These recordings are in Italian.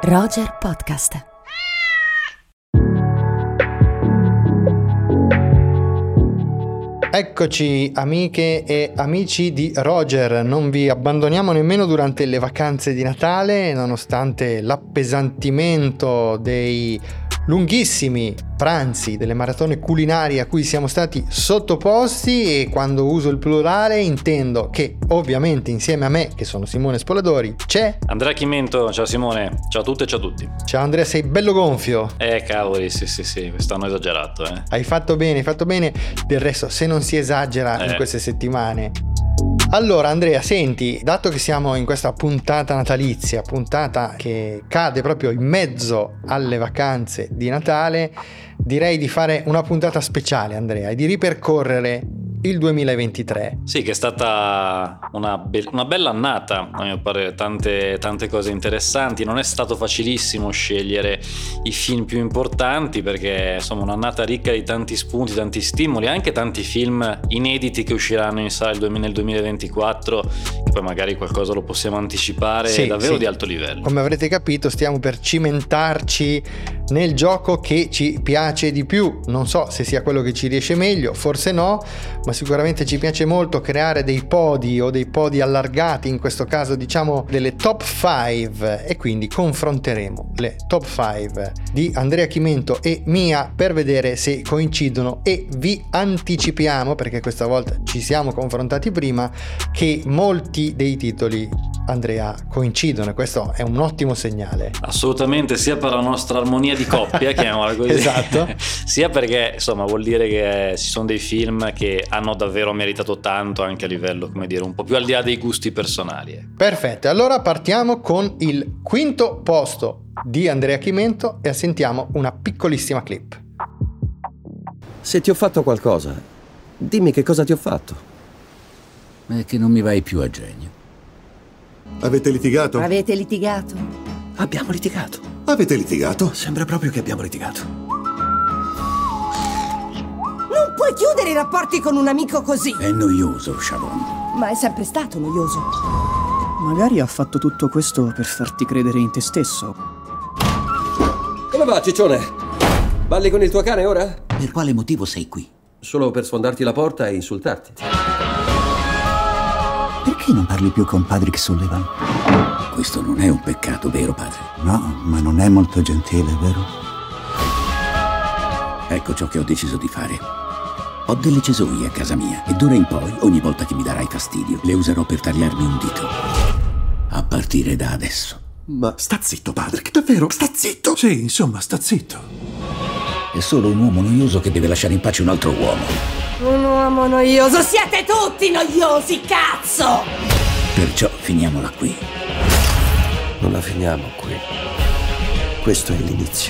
Roger Podcast. Eccoci amiche e amici di Roger, non vi abbandoniamo nemmeno durante le vacanze di Natale, nonostante l'appesantimento dei lunghissimi pranzi, delle maratone culinarie a cui siamo stati sottoposti. E quando uso il plurale intendo che ovviamente insieme a me, che sono Simone Spoladori, c'è Andrea Chimento. Ciao Simone, ciao a tutte e ciao a tutti. Ciao Andrea, sei bello gonfio. Cavoli, sì, quest'anno ho esagerato. Hai fatto bene. Del resto, se non si esagera in queste settimane. Allora Andrea, senti, dato che siamo in questa puntata natalizia, puntata che cade proprio in mezzo alle vacanze di Natale, direi di fare una puntata speciale, Andrea, e di ripercorrere il 2023. Sì, che è stata una bella annata, a mio parere, tante cose interessanti. Non è stato facilissimo scegliere i film più importanti, perché insomma un'annata ricca di tanti spunti, tanti stimoli, anche tanti film inediti che usciranno in sala nel 2024, che poi magari qualcosa lo possiamo anticipare, davvero di alto livello. Come avrete capito, stiamo per cimentarci nel gioco che ci piace di più. Non so se sia quello che ci riesce meglio, forse no, ma sicuramente ci piace molto creare dei podi o dei podi allargati, in questo caso diciamo delle top 5, e quindi confronteremo le top 5 di Andrea Chimento e mia per vedere se coincidono, e vi anticipiamo, perché questa volta ci siamo confrontati prima, che molti dei titoli, Andrea, coincidono, e questo è un ottimo segnale. Assolutamente, sia per la nostra armonia di coppia, chiamiamola così. Esatto. Sia perché insomma vuol dire che ci sono dei film che hanno davvero meritato tanto, anche a livello, come dire, un po' più al di là dei gusti personali. Perfetto, allora partiamo con il quinto posto di Andrea Chimento e sentiamo una piccolissima clip. Se ti ho fatto qualcosa, dimmi che cosa ti ho fatto. È che non mi vai più a genio. Avete litigato? Avete litigato? Abbiamo litigato. Avete litigato? Sembra proprio che abbiamo litigato. Non puoi chiudere i rapporti con un amico così. È noioso, Sharon. Ma è sempre stato noioso. Magari ha fatto tutto questo per farti credere in te stesso. Come va, ciccione? Balli con il tuo cane ora? Per quale motivo sei qui? Solo per sfondarti la porta e insultarti. Perché non parli più con Patrick Sullivan? Questo non è un peccato, vero padre? No, ma non è molto gentile, vero? Ecco ciò che ho deciso di fare. Ho delle cesoie a casa mia e d'ora in poi, ogni volta che mi darai fastidio, le userò per tagliarmi un dito. A partire da adesso. Ma sta zitto, Patrick, davvero? Sta zitto? Sì, insomma, sta zitto. È solo un uomo noioso che deve lasciare in pace un altro uomo. Un uomo noioso, siete tutti noiosi, cazzo! Perciò finiamola qui. Non la finiamo qui. Questo è l'inizio.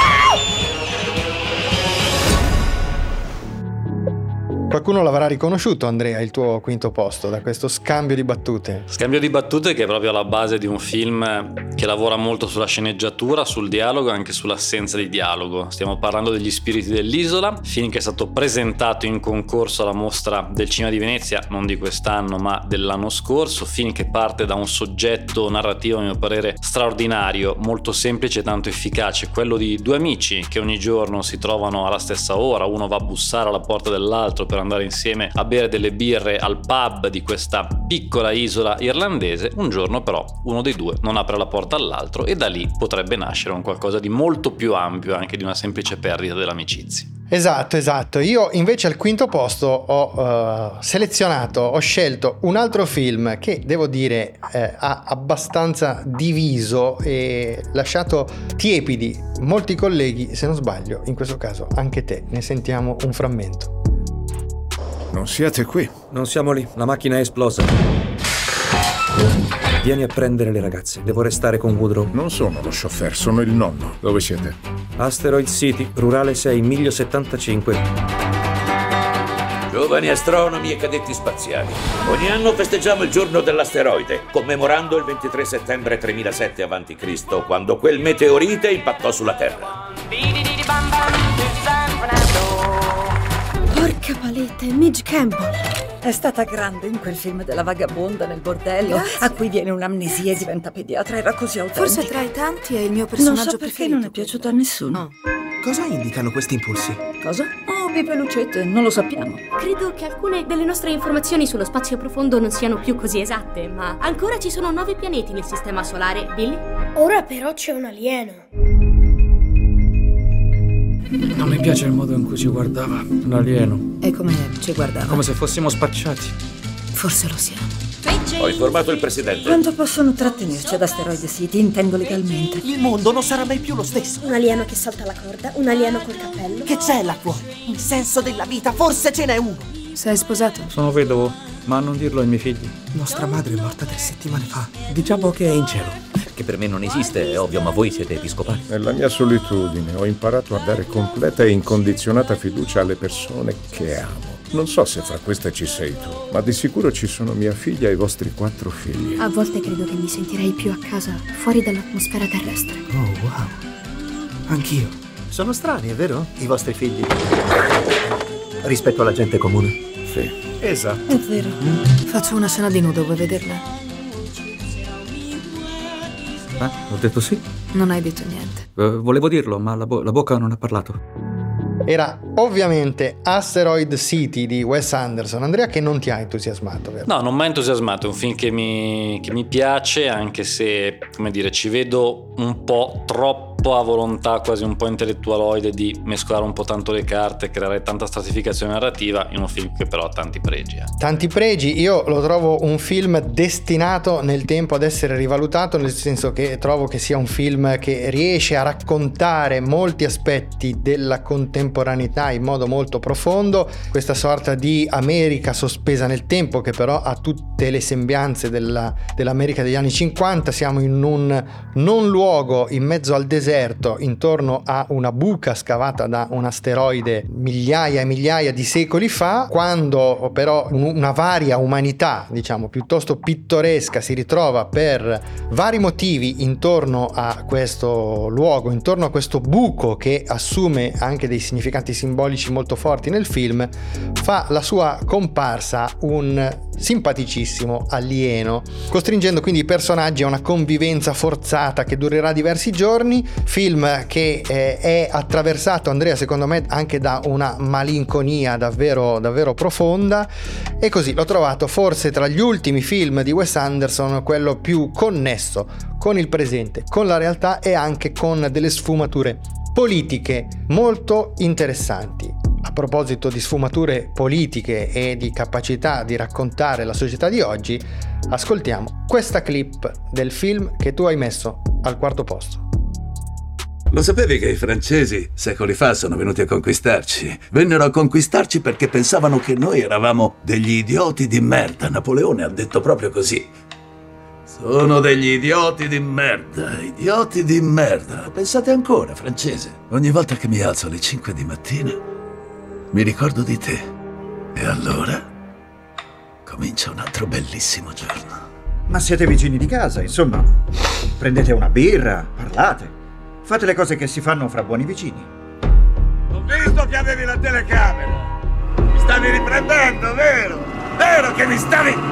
Qualcuno l'avrà riconosciuto, Andrea, il tuo quinto posto, da questo scambio di battute. Scambio di battute che è proprio alla base di un film che lavora molto sulla sceneggiatura, sul dialogo e anche sull'assenza di dialogo. Stiamo parlando degli Spiriti dell'Isola, film che è stato presentato in concorso alla Mostra del Cinema di Venezia, non di quest'anno ma dell'anno scorso. Film che parte da un soggetto narrativo, a mio parere, straordinario, molto semplice e tanto efficace, quello di due amici che ogni giorno si trovano alla stessa ora, uno va a bussare alla porta dell'altro per andare insieme a bere delle birre al pub di questa piccola isola irlandese. Un giorno però uno dei due non apre la porta all'altro, e da lì potrebbe nascere un qualcosa di molto più ampio, anche di una semplice perdita dell'amicizia. Esatto. Io invece al quinto posto ho scelto un altro film che devo dire ha abbastanza diviso e lasciato tiepidi molti colleghi, se non sbaglio, in questo caso anche te. Ne sentiamo un frammento. Non siete qui. Non siamo lì, la macchina è esplosa. Vieni a prendere le ragazze, devo restare con Woodrow. Non sono lo chauffeur, sono il nonno. Dove siete? Asteroid City, Rurale 6, Miglio 75. Giovani astronomi e cadetti spaziali, ogni anno festeggiamo il giorno dell'asteroide, commemorando il 23 settembre 3007 a.C., quando quel meteorite impattò sulla Terra. Porca paletta, è Midge Campbell. È stata grande in quel film della vagabonda nel bordello. Grazie. A cui viene un'amnesia e diventa pediatra. Era così autentica. Forse tra i tanti è il mio personaggio non so preferito. Perché non è piaciuto a nessuno. Oh. Cosa indicano questi impulsi? Cosa? Oh, pipe lucette, non lo sappiamo. Credo che alcune delle nostre informazioni sullo spazio profondo non siano più così esatte, ma ancora ci sono 9 pianeti nel sistema solare, Billy? Ora però c'è un alieno. Non mi piace il modo in cui ci guardava. Un alieno. E come ci guardava? Come se fossimo spacciati. Forse lo siamo. Ho informato il presidente. Quanto possono trattenerci ad Asteroid City? Intendo legalmente. Il mondo non sarà mai più lo stesso. Un alieno che salta la corda, un alieno col cappello. Che c'è là fuori? Il senso della vita, forse ce n'è uno. Sei sposato? Sono vedovo, ma non dirlo ai miei figli. Nostra madre è morta 3 settimane fa. Diciamo che è in cielo. Che per me non esiste, è ovvio, ma voi siete episcopali. Nella mia solitudine ho imparato a dare completa e incondizionata fiducia alle persone che amo. Non so se fra queste ci sei tu, ma di sicuro ci sono mia figlia e i vostri 4 figli. A volte credo che mi sentirei più a casa fuori dall'atmosfera terrestre. Oh, wow. Anch'io. Sono strani, è vero? I vostri figli. Rispetto alla gente comune. Sì. Esatto. È vero. Faccio una scena di nudo, vuoi vederla? Ho detto sì. Non hai detto niente. Volevo dirlo, ma la bocca non ha parlato. Era ovviamente Asteroid City di Wes Anderson. Andrea, che non ti ha entusiasmato, vero? No, non mi ha entusiasmato, è un film che mi piace, anche se, come dire, ci vedo un po' troppo a volontà, quasi un po' intellettualoide, di mescolare un po' tanto le carte, creare tanta stratificazione narrativa in un film che però ha tanti pregi. Tanti pregi. Io lo trovo un film destinato nel tempo ad essere rivalutato, nel senso che trovo che sia un film che riesce a raccontare molti aspetti della contemporaneità in modo molto profondo, questa sorta di America sospesa nel tempo che però ha tutte le sembianze dell'America degli anni 50. Siamo in un non luogo in mezzo al deserto, intorno a una buca scavata da un asteroide migliaia e migliaia di secoli fa, quando però una varia umanità, diciamo piuttosto pittoresca, si ritrova per vari motivi intorno a questo luogo, intorno a questo buco che assume anche dei significati simbolici molto forti nel film. Fa la sua comparsa un simpaticissimo alieno, costringendo quindi i personaggi a una convivenza forzata che durerà diversi giorni. Film che è attraversato, Andrea, secondo me anche da una malinconia davvero davvero profonda, e così l'ho trovato forse tra gli ultimi film di Wes Anderson quello più connesso con il presente, con la realtà e anche con delle sfumature politiche molto interessanti. A proposito di sfumature politiche e di capacità di raccontare la società di oggi, ascoltiamo questa clip del film che tu hai messo al 4° posto. Lo sapevi che i francesi secoli fa sono venuti a conquistarci? Vennero a conquistarci perché pensavano che noi eravamo degli idioti di merda. Napoleone ha detto proprio così. Sono degli idioti di merda, idioti di merda. Pensate ancora, francese? Ogni volta che mi alzo alle 5 di mattina mi ricordo di te. E allora comincia un altro bellissimo giorno. Ma siete vicini di casa, insomma. Prendete una birra, parlate. Fate le cose che si fanno fra buoni vicini. Ho visto che avevi la telecamera. Mi stavi riprendendo, vero? Vero che mi stavi...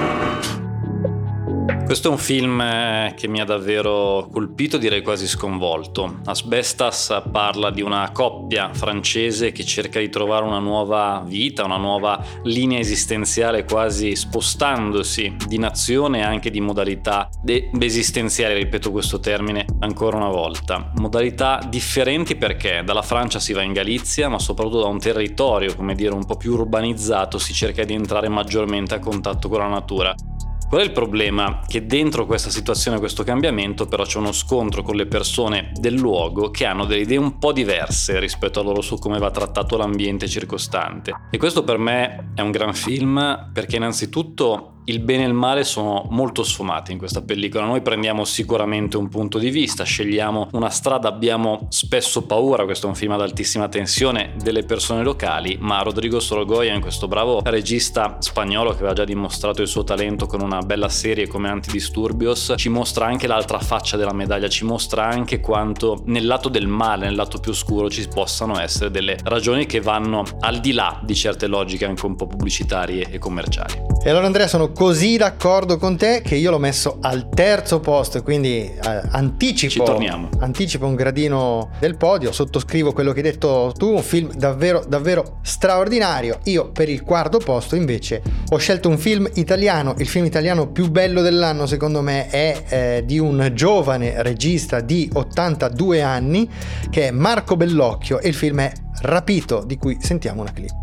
Questo è un film che mi ha davvero colpito, direi quasi sconvolto. Asbestas parla di una coppia francese che cerca di trovare una nuova vita, una nuova linea esistenziale, quasi spostandosi di nazione e anche di modalità esistenziali, ripeto questo termine ancora una volta. Modalità differenti perché dalla Francia si va in Galizia, ma soprattutto da un territorio, come dire, un po' più urbanizzato, si cerca di entrare maggiormente a contatto con la natura. Qual è il problema? Che dentro questa situazione, questo cambiamento, però c'è uno scontro con le persone del luogo che hanno delle idee un po' diverse rispetto a loro su come va trattato l'ambiente circostante. E questo per me è un gran film perché innanzitutto il bene e il male sono molto sfumati in questa pellicola. Noi prendiamo sicuramente un punto di vista, scegliamo una strada, abbiamo spesso paura, questo è un film ad altissima tensione, delle persone locali, ma Rodrigo Sorogoyen, questo bravo regista spagnolo che aveva già dimostrato il suo talento con una bella serie come Antidisturbios, ci mostra anche l'altra faccia della medaglia, ci mostra anche quanto nel lato del male, nel lato più oscuro ci possano essere delle ragioni che vanno al di là di certe logiche anche un po' pubblicitarie e commerciali. E allora Andrea, sono così d'accordo con te che io l'ho messo al terzo posto, quindi anticipo un gradino del podio, sottoscrivo quello che hai detto tu, un film davvero davvero straordinario. Io per il quarto posto invece ho scelto un film italiano, il film italiano più bello dell'anno secondo me è di un giovane regista di 82 anni che è Marco Bellocchio e il film è Rapito, di cui sentiamo una clip.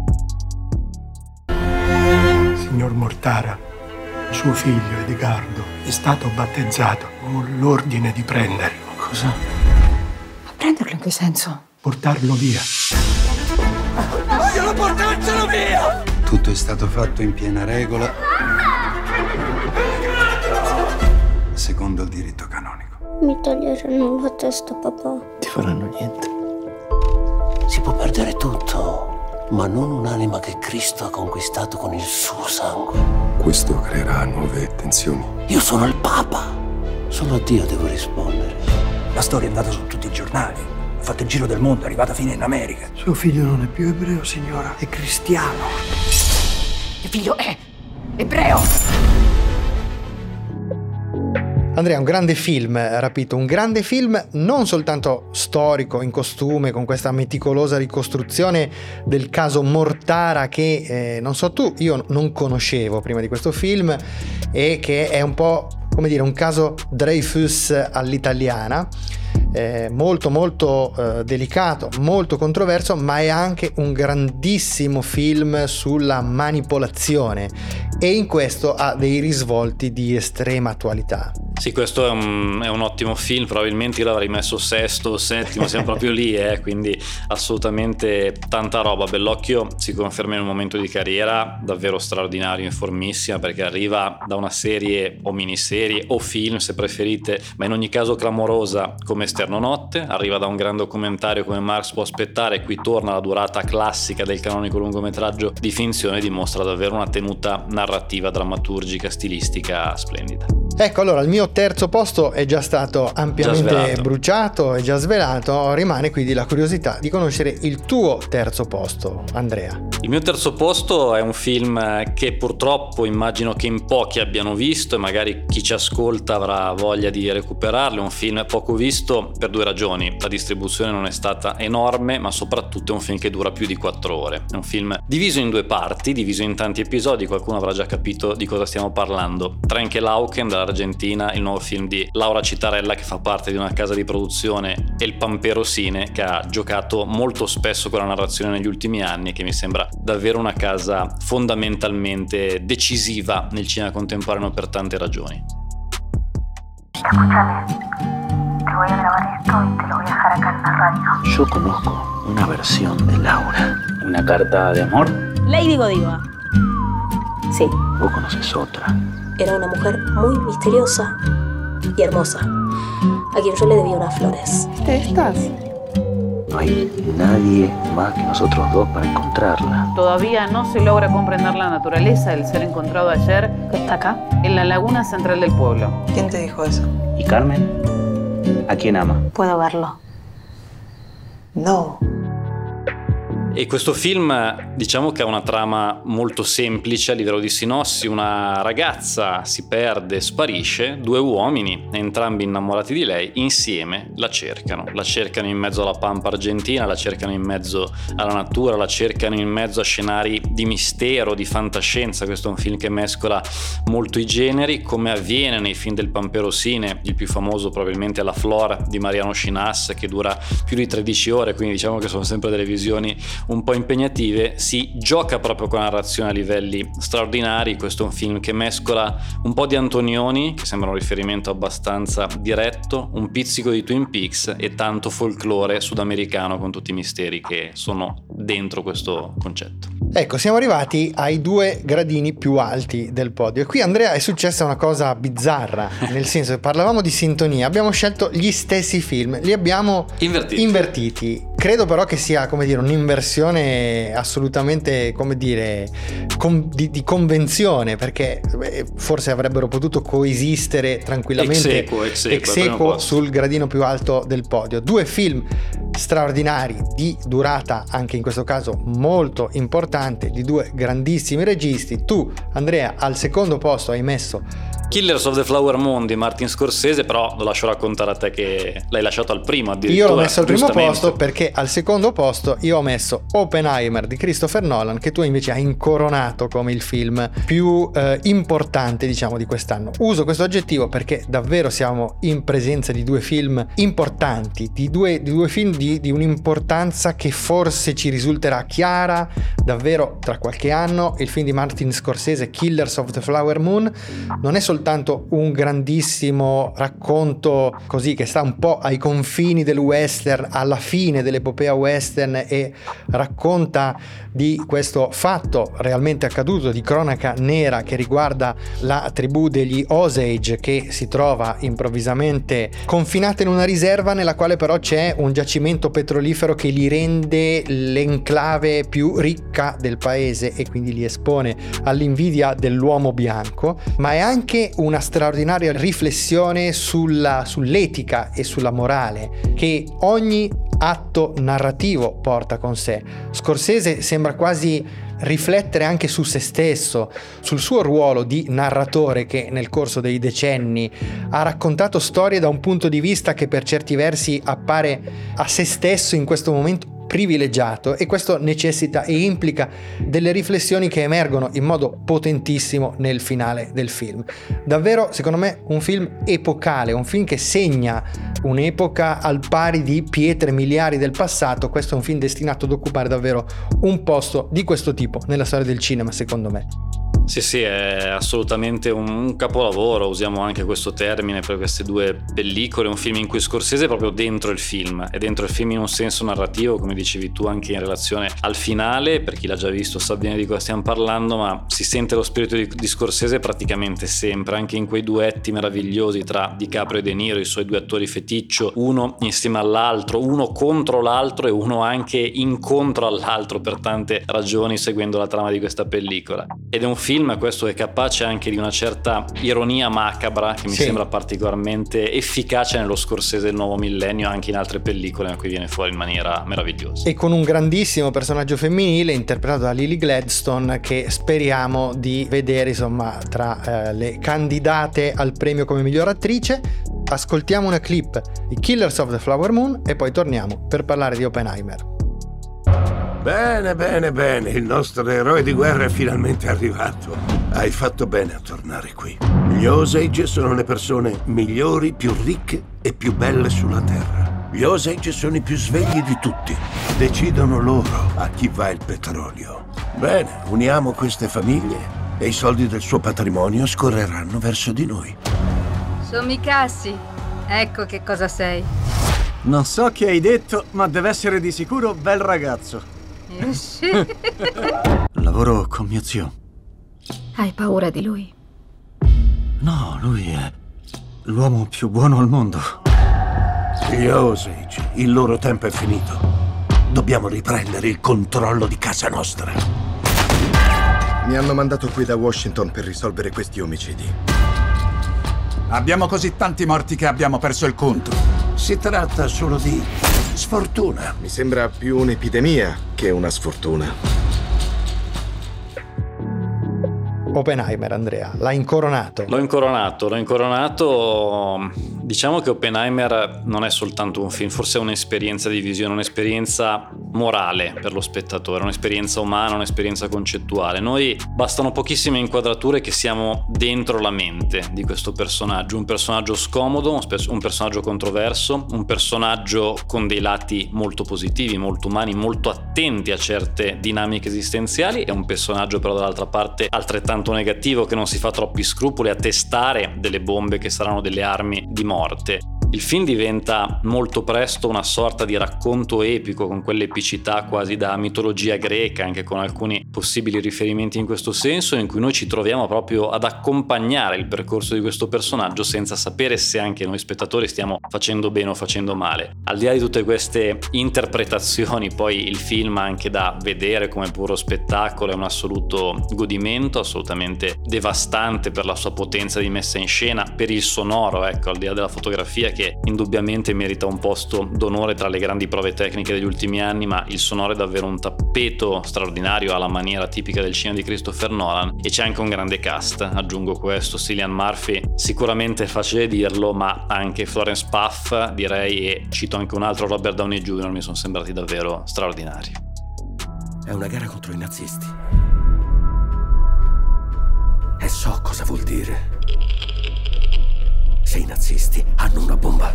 Signor Mortara, suo figlio Edgardo è stato battezzato. Ho l'ordine di prenderlo. Cosa? Ma prenderlo in che senso? Portarlo via. Vogliono portarcelo via! Tutto è stato fatto in piena regola, secondo il diritto canonico. Mi toglieranno la testa, papà. Ti faranno niente. Si può perdere tutto, ma non un'anima che Cristo ha conquistato con il suo sangue. Questo creerà nuove tensioni. Io sono il Papa. Solo a Dio devo rispondere. La storia è andata su tutti i giornali. Ha fatto il giro del mondo, è arrivata fino in America. Suo figlio non è più ebreo, signora, è cristiano. Mio figlio è ebreo. Andrea, un grande film, Rapito, un grande film non soltanto storico, in costume, con questa meticolosa ricostruzione del caso Mortara che, non so tu, io non conoscevo prima di questo film e che è un po', come dire, un caso Dreyfus all'italiana, molto molto delicato, molto controverso, ma è anche un grandissimo film sulla manipolazione e in questo ha dei risvolti di estrema attualità. Sì, questo è un ottimo film, probabilmente io l'avrei messo sesto o settimo, siamo proprio lì, quindi assolutamente tanta roba. Bellocchio si conferma in un momento di carriera davvero straordinario, in formissima, perché arriva da una serie o miniserie o film se preferite, ma in ogni caso clamorosa come Esterno Notte, arriva da un gran documentario come Marx può aspettare, qui torna alla durata classica del canonico lungometraggio di finzione e dimostra davvero una tenuta narrativa, drammaturgica, stilistica splendida. Ecco, allora il mio terzo posto è già stato ampiamente bruciato e già svelato, rimane quindi la curiosità di conoscere il tuo terzo posto, Andrea. Il mio terzo posto è un film che purtroppo immagino che in pochi abbiano visto e magari chi ci ascolta avrà voglia di recuperarlo. È un film poco visto per due ragioni: la distribuzione non è stata enorme, ma soprattutto è un film che dura più di 4 ore. È un film diviso in 2 parti, diviso in tanti episodi, qualcuno avrà già capito di cosa stiamo parlando. Trenche Lauken dall'Argentina, il nuovo film di Laura Citarella che fa parte di una casa di produzione, e il Pampero Cine, che ha giocato molto spesso con la narrazione negli ultimi anni e che mi sembra davvero una casa fondamentalmente decisiva nel cinema contemporaneo per tante ragioni. Escúchame, te voy a grabar esto y te lo voy a dejar acá en la radio. Yo conozco una versión de Laura. ¿Una carta de amor? Lady Godiva. Sí, ¿Vos conoces otra? era una mujer muy misteriosa y hermosa, a quien yo le debía unas flores. ¿De estas? No hay nadie más que nosotros dos para encontrarla. Todavía no se logra comprender la naturaleza del ser encontrado ayer. ¿Está acá? En la laguna central del pueblo. ¿Quién te dijo eso? ¿Y Carmen? ¿A quién ama? Puedo verlo. No. E questo film, diciamo che ha una trama molto semplice a livello di sinossi. Una ragazza si perde, sparisce, 2 uomini, entrambi innamorati di lei, insieme la cercano in mezzo alla pampa argentina, la cercano in mezzo alla natura, la cercano in mezzo a scenari di mistero, di fantascienza. Questo è un film che mescola molto i generi, come avviene nei film del Pampero Cine, il più famoso probabilmente è La Flor di Mariano Scinas, che dura più di 13 ore, quindi diciamo che sono sempre delle visioni un po' impegnative, si gioca proprio con la narrazione a livelli straordinari. Questo è un film che mescola un po' di Antonioni, che sembra un riferimento abbastanza diretto, un pizzico di Twin Peaks e tanto folklore sudamericano con tutti i misteri che sono dentro questo concetto. Ecco, siamo arrivati ai 2 gradini più alti del podio e qui, Andrea, è successa una cosa bizzarra, nel senso che parlavamo di sintonia, abbiamo scelto gli stessi film, li abbiamo invertiti. Credo però che sia, come dire, un'inversione assolutamente, come dire, di convenzione, perché forse avrebbero potuto coesistere tranquillamente ex aequo sul gradino più alto del podio. 2 film straordinari di durata, anche in questo caso molto importante, di 2 grandissimi registi. Tu, Andrea, al secondo posto hai messo Killers of the Flower Moon di Martin Scorsese, però lo lascio raccontare a te che l'hai lasciato al primo addirittura. Io l'ho messo al primo posto perché al secondo posto io ho messo Oppenheimer di Christopher Nolan, che tu invece hai incoronato come il film più importante, diciamo, di quest'anno. Uso questo aggettivo perché davvero siamo in presenza di 2 film importanti, di due film di un'importanza che forse ci risulterà chiara davvero tra qualche anno. Il film di Martin Scorsese, Killers of the Flower Moon, non è soltanto un grandissimo racconto così che sta un po' ai confini del western, alla fine dell'epopea western, e racconta di questo fatto realmente accaduto, di cronaca nera, che riguarda la tribù degli Osage che si trova improvvisamente confinata in una riserva nella quale però c'è un giacimento petrolifero che li rende l'enclave più ricca del paese e quindi li espone all'invidia dell'uomo bianco, ma è anche una straordinaria riflessione sull'etica e sulla morale che ogni atto narrativo porta con sé. Scorsese sembra quasi riflettere anche su se stesso, sul suo ruolo di narratore che nel corso dei decenni ha raccontato storie da un punto di vista che per certi versi appare a se stesso in questo momento privilegiato, e questo necessita e implica delle riflessioni che emergono in modo potentissimo nel finale del film. Davvero, secondo me, un film epocale, un film che segna un'epoca al pari di pietre miliari del passato. Questo è un film destinato ad occupare davvero un posto di questo tipo nella storia del cinema, secondo me. Sì, è assolutamente un capolavoro, usiamo anche questo termine per queste 2 pellicole, un film in cui Scorsese è proprio dentro il film, è dentro il film in un senso narrativo, come dicevi tu, anche in relazione al finale. Per chi l'ha già visto sa bene di cosa stiamo parlando, ma si sente lo spirito di Scorsese praticamente sempre, anche in quei duetti meravigliosi tra DiCaprio e De Niro, i suoi 2 attori feticcio, uno insieme all'altro, uno contro l'altro e uno anche incontro all'altro per tante ragioni, seguendo la trama di questa pellicola. Ed è un film, questo, è capace anche di una certa ironia macabra che mi sembra particolarmente efficace nello Scorsese del nuovo millennio, anche in altre pellicole in cui viene fuori in maniera meravigliosa. E con un grandissimo personaggio femminile interpretato da Lily Gladstone, che speriamo di vedere, insomma, tra le candidate al premio come miglior attrice. Ascoltiamo una clip di Killers of the Flower Moon e poi torniamo per parlare di Oppenheimer. Bene, il nostro eroe di guerra è finalmente arrivato. Hai fatto bene a tornare qui. Gli Osage sono le persone migliori, più ricche e più belle sulla Terra. Gli Osage sono i più svegli di tutti. Decidono loro a chi va il petrolio. Bene, uniamo queste famiglie e i soldi del suo patrimonio scorreranno verso di noi. Somicassi, ecco che cosa sei. Non so che hai detto, ma deve essere di sicuro bel ragazzo. Sì. Lavoro con mio zio. Hai paura di lui? No, lui è l'uomo più buono al mondo. Gli Osage, il loro tempo è finito. Dobbiamo riprendere il controllo di casa nostra. Mi hanno mandato qui da Washington per risolvere questi omicidi. Abbiamo così tanti morti che abbiamo perso il conto. Si tratta solo di sfortuna. Mi sembra più un'epidemia che una sfortuna. Oppenheimer, Andrea, l'ha incoronato. L'ho incoronato Diciamo che Oppenheimer non è soltanto un film, forse è un'esperienza di visione, un'esperienza morale per lo spettatore, un'esperienza umana, un'esperienza concettuale. Noi bastano pochissime inquadrature che siamo dentro la mente di questo personaggio, un personaggio scomodo, un personaggio controverso, un personaggio con dei lati molto positivi, molto umani, molto attenti a certe dinamiche esistenziali, e un personaggio però dall'altra parte altrettanto negativo, che non si fa troppi scrupoli a testare delle bombe che saranno delle armi di morte. Il film diventa molto presto una sorta di racconto epico, con quell'epicità quasi da mitologia greca, anche con alcuni possibili riferimenti in questo senso, in cui noi ci troviamo proprio ad accompagnare il percorso di questo personaggio senza sapere se anche noi spettatori stiamo facendo bene o facendo male. Al di là di tutte queste interpretazioni, poi il film anche da vedere come puro spettacolo è un assoluto godimento, assolutamente devastante per la sua potenza di messa in scena, per il sonoro, ecco, al di là della fotografia che indubbiamente merita un posto d'onore tra le grandi prove tecniche degli ultimi anni, ma il sonoro è davvero un tappeto straordinario alla maniera tipica del cinema di Christopher Nolan, e c'è anche un grande cast, aggiungo questo: Cillian Murphy, sicuramente è facile dirlo, ma anche Florence Pugh, direi, e cito anche un altro, Robert Downey Jr., mi sono sembrati davvero straordinari. È una gara contro i nazisti. E so cosa vuol dire. Se i nazisti hanno una bomba,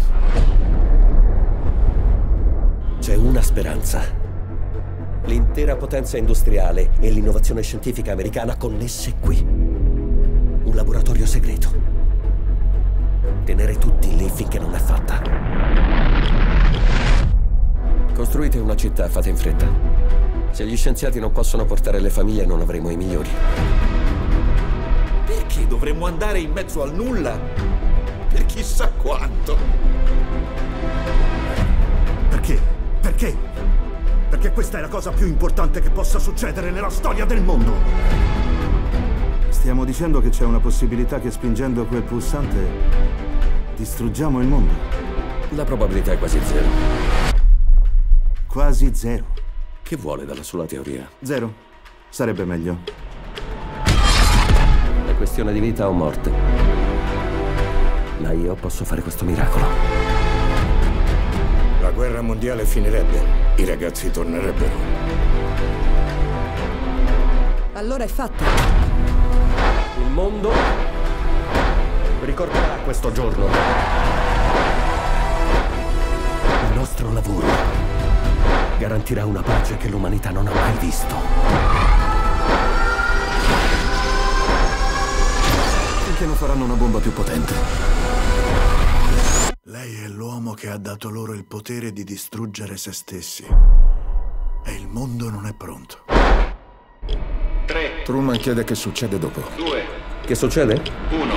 c'è una speranza. L'intera potenza industriale e l'innovazione scientifica americana connesse qui. Un laboratorio segreto. Tenere tutti lì finché non è fatta. Costruite una città, fate in fretta. Se gli scienziati non possono portare le famiglie, non avremo i migliori. Perché dovremmo andare in mezzo al nulla? Per chissà quanto. Perché? Perché? Perché questa è la cosa più importante che possa succedere nella storia del mondo. Stiamo dicendo che c'è una possibilità che spingendo quel pulsante distruggiamo il mondo. La probabilità è quasi zero. Quasi zero. Che vuole dalla sua teoria? Zero. Sarebbe meglio. È questione di vita o morte. Ma io posso fare questo miracolo. La guerra mondiale finirebbe. I ragazzi tornerebbero. Allora è fatto. Il mondo ricorderà questo giorno. Il nostro lavoro garantirà una pace che l'umanità non ha mai visto. Finché non faranno una bomba più potente. Lei è l'uomo che ha dato loro il potere di distruggere se stessi. E il mondo non è pronto. 3. Truman chiede che succede dopo. 2. Che succede? 1.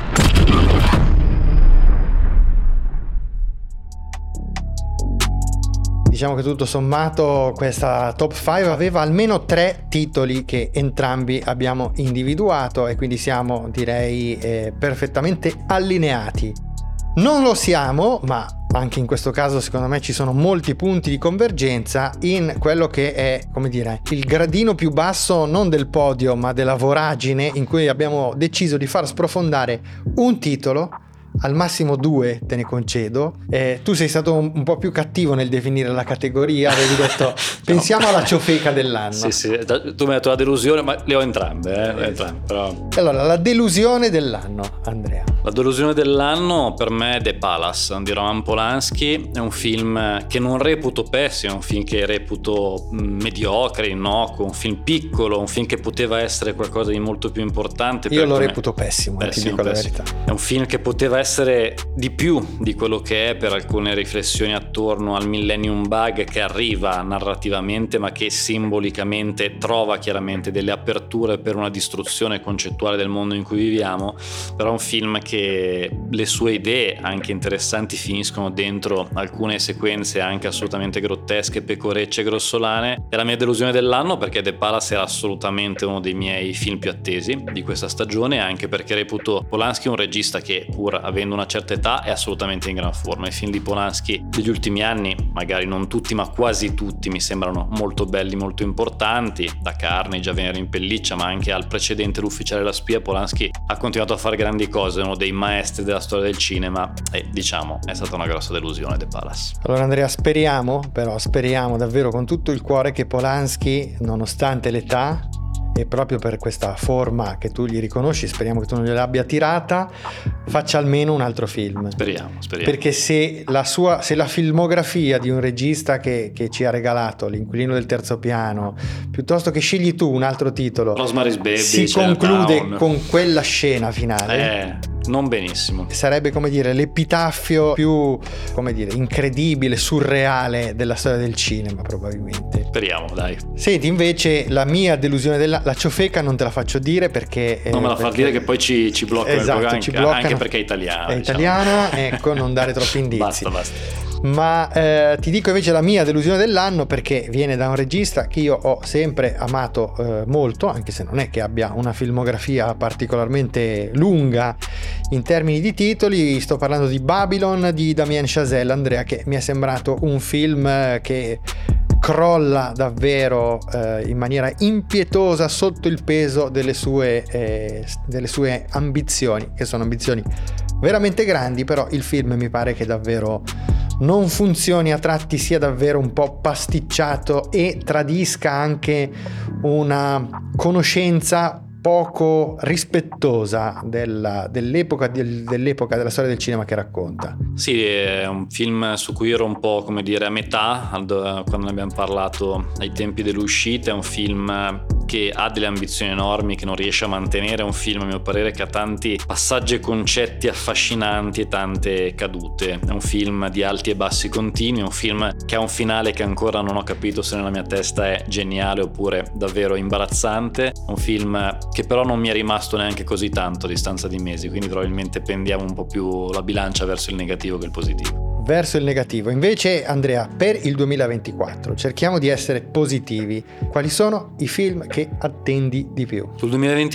Diciamo che tutto sommato questa top 5 aveva almeno 3 titoli che entrambi abbiamo individuato, e quindi siamo, direi, perfettamente allineati. Non lo siamo, ma anche in questo caso secondo me ci sono molti punti di convergenza in quello che è, come dire, il gradino più basso non del podio ma della voragine, in cui abbiamo deciso di far sprofondare un titolo, al massimo 2 te ne concedo. Tu sei stato un po' più cattivo nel definire la categoria, avevi detto pensiamo alla ciofeca dell'anno. Sì, tu mi hai detto la delusione, ma le ho entrambe, però... Allora, la delusione dell'anno, Andrea. La delusione dell'anno per me è The Palace di Roman Polanski. È un film che non reputo pessimo, è un film che reputo mediocre, innocuo, un film piccolo, un film che poteva essere qualcosa di molto più importante. Io lo reputo pessimo, ti dico la verità. È un film che poteva essere di più di quello che è per alcune riflessioni attorno al Millennium Bug, che arriva narrativamente ma che simbolicamente trova chiaramente delle aperture per una distruzione concettuale del mondo in cui viviamo. Però è un film che le sue idee anche interessanti finiscono dentro alcune sequenze anche assolutamente grottesche, pecorecce, grossolane. È la mia delusione dell'anno, perché The Palace era assolutamente uno dei miei film più attesi di questa stagione, anche perché reputo Polanski un regista che, pur avendo una certa età, è assolutamente in gran forma. I film di Polanski degli ultimi anni, magari non tutti ma quasi tutti, mi sembrano molto belli, molto importanti. Da Carnage a Venere in pelliccia, ma anche al precedente L'ufficiale e la spia, Polanski ha continuato a fare grandi cose. Uno dei dei maestri della storia del cinema e diciamo è stata una grossa delusione The Palace. Allora Andrea, speriamo davvero con tutto il cuore che Polanski, nonostante l'età e proprio per questa forma che tu gli riconosci, speriamo che tu non gliel'abbia tirata, faccia almeno un altro film. Speriamo. Perché se la filmografia di un regista che ci ha regalato L'inquilino del terzo piano, piuttosto che scegli tu un altro titolo, Rosemary's Baby, si conclude con quella scena finale, non benissimo. Sarebbe, come dire, l'epitaffio più, come dire, incredibile, surreale della storia del cinema, probabilmente. Speriamo, dai. Senti, invece la mia delusione la ciofeca non te la faccio dire perché non me la fa dire che poi ci bloccano, esatto, ci bloccano, anche perché è italiana. È italiana, ecco, non dare troppi indizi. Basta. Ma ti dico invece la mia delusione dell'anno, perché viene da un regista che io ho sempre amato molto, anche se non è che abbia una filmografia particolarmente lunga in termini di titoli. Sto parlando di Babylon di Damien Chazelle, Andrea, che mi è sembrato un film che crolla davvero in maniera impietosa sotto il peso delle sue ambizioni, che sono ambizioni veramente grandi, però il film mi pare che davvero non funzioni a tratti, sia davvero un po' pasticciato e tradisca anche una conoscenza poco rispettosa dell'epoca della storia del cinema che racconta. Sì, è un film su cui ero un po', come dire, a metà quando ne abbiamo parlato ai tempi dell'uscita. È un film che ha delle ambizioni enormi che non riesce a mantenere, è un film a mio parere che ha tanti passaggi e concetti affascinanti e tante cadute, è un film di alti e bassi continui, è un film che ha un finale che ancora non ho capito se nella mia testa è geniale oppure davvero imbarazzante, è un film che però non mi è rimasto neanche così tanto a distanza di mesi, quindi probabilmente pendiamo un po' più la bilancia verso il negativo che il positivo. Verso il negativo. Invece, Andrea, per il 2024 cerchiamo di essere positivi. Quali sono i film che attendi di più? Sul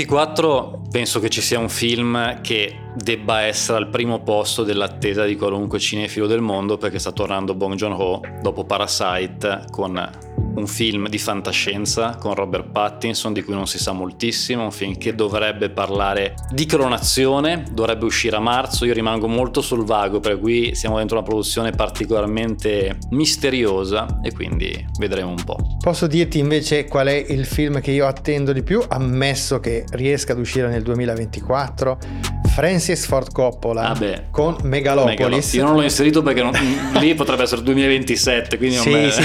2024 penso che ci sia un film che debba essere al primo posto dell'attesa di qualunque cinefilo del mondo, perché sta tornando Bong Joon-ho dopo Parasite con un film di fantascienza con Robert Pattinson di cui non si sa moltissimo, un film che dovrebbe parlare di clonazione, dovrebbe uscire a marzo. Io rimango molto sul vago perché qui siamo dentro una produzione particolarmente misteriosa e quindi vedremo un po'. Posso dirti invece qual è il film che io attendo di più, ammesso che riesca ad uscire nel 2024? Francis Ford Coppola con Megalopolis. Io non l'ho inserito perché lì potrebbe essere 2027, quindi sì.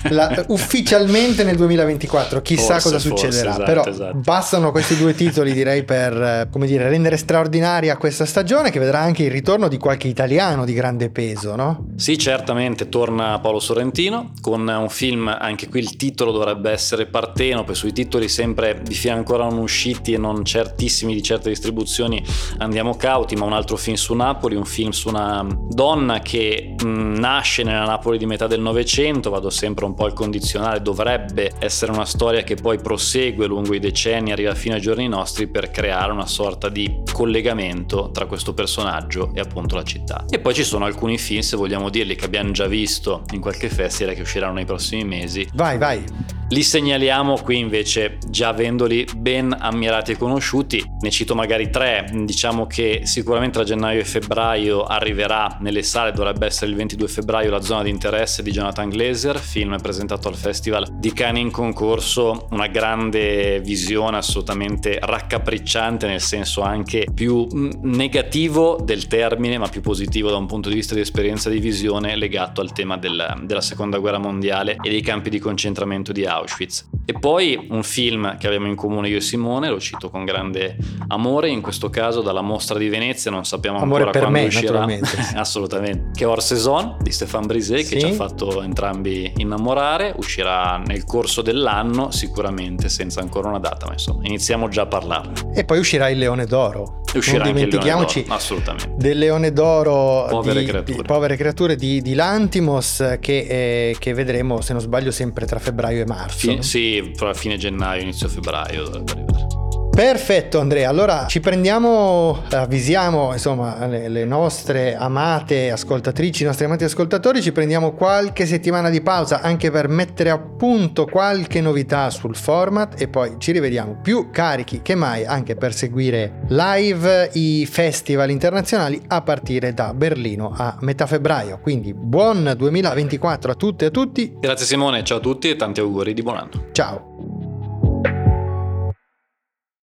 Ufficialmente nel 2024, chissà cosa succederà, esatto. Però bastano questi due titoli, direi, per, come dire, rendere straordinaria questa stagione, che vedrà anche il ritorno di qualche italiano di grande peso, no? Sì, certamente torna Paolo Sorrentino con un film, anche qui il titolo dovrebbe essere Partenope. Sui titoli sempre di film ancora non usciti e non certissimi di certe distribuzioni andiamo cauti, ma un altro film su Napoli, un film su una donna che nasce nella Napoli di metà del Novecento, vado sempre un po' al condizionale, dovrebbe essere una storia che poi prosegue lungo i decenni, arriva fino ai giorni nostri per creare una sorta di collegamento tra questo personaggio e appunto la città. E poi ci sono alcuni film, se vogliamo dirli, che abbiamo già visto in qualche festival che usciranno nei prossimi mesi. Vai. Li segnaliamo qui invece già avendoli ben ammirati e conosciuti. Ne cito magari tre. Diciamo che sicuramente tra gennaio e febbraio arriverà nelle sale, dovrebbe essere il 22 febbraio, La zona di interesse di Jonathan Glazer, film presentato al Festival di Cannes in concorso, una grande visione assolutamente raccapricciante, nel senso anche più negativo del termine ma più positivo da un punto di vista di esperienza di visione legato al tema della seconda guerra mondiale e dei campi di concentramento di Auschwitz. E poi un film che abbiamo in comune io e Simone, lo cito con grande amore, in questo caso dalla Mostra di Venezia, non sappiamo ancora quando uscirà, assolutamente, che è Hors Saison di Stéphane Brisé, che ci ha fatto entrambi innamorare, uscirà nel corso dell'anno sicuramente, senza ancora una data, ma insomma iniziamo già a parlarne. E poi uscirà il Leone d'Oro. Uscirà non dimentichiamoci anche il Leone d'Oro, assolutamente, del Leone d'Oro, Povere creature di Lanthimos, che vedremo, se non sbaglio, sempre tra febbraio e marzo. Sì, fra fine gennaio, inizio febbraio dovrebbe arrivare. Perfetto Andrea, allora ci prendiamo, avvisiamo insomma le nostre amate ascoltatrici, i nostri amati ascoltatori, ci prendiamo qualche settimana di pausa anche per mettere a punto qualche novità sul format e poi ci rivediamo più carichi che mai anche per seguire live i festival internazionali a partire da Berlino a metà febbraio. Quindi buon 2024 a tutte e a tutti. Grazie Simone, ciao a tutti e tanti auguri di buon anno. Ciao.